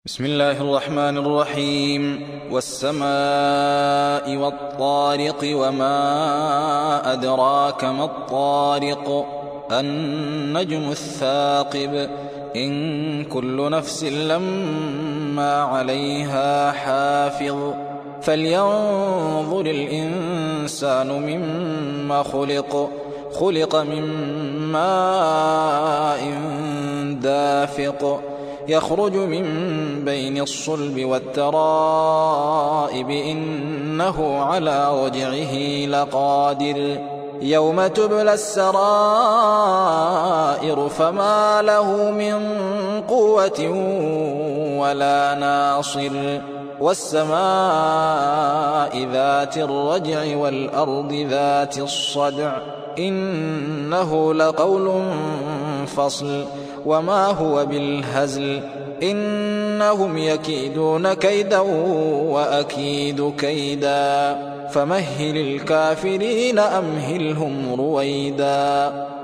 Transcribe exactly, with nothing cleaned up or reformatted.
بسم الله الرحمن الرحيم. والسماء والطارق وما أدراك ما الطارق النجم الثاقب إن كل نفس لما عليها حافظ فلينظر الإنسان مما خلق خلق من ماء دافق يخرج من بين الصلب والترائب إنه على رجعه لقادر يوم تبلى السرائر فما له من قوة ولا ناصر والسماء ذات الرجع والأرض ذات الصدع إنه لقول فصل وما هو بالهزل إنهم يكيدون كيدا وأكيد كيدا فمهل الكافرين أمهلهم رويدا.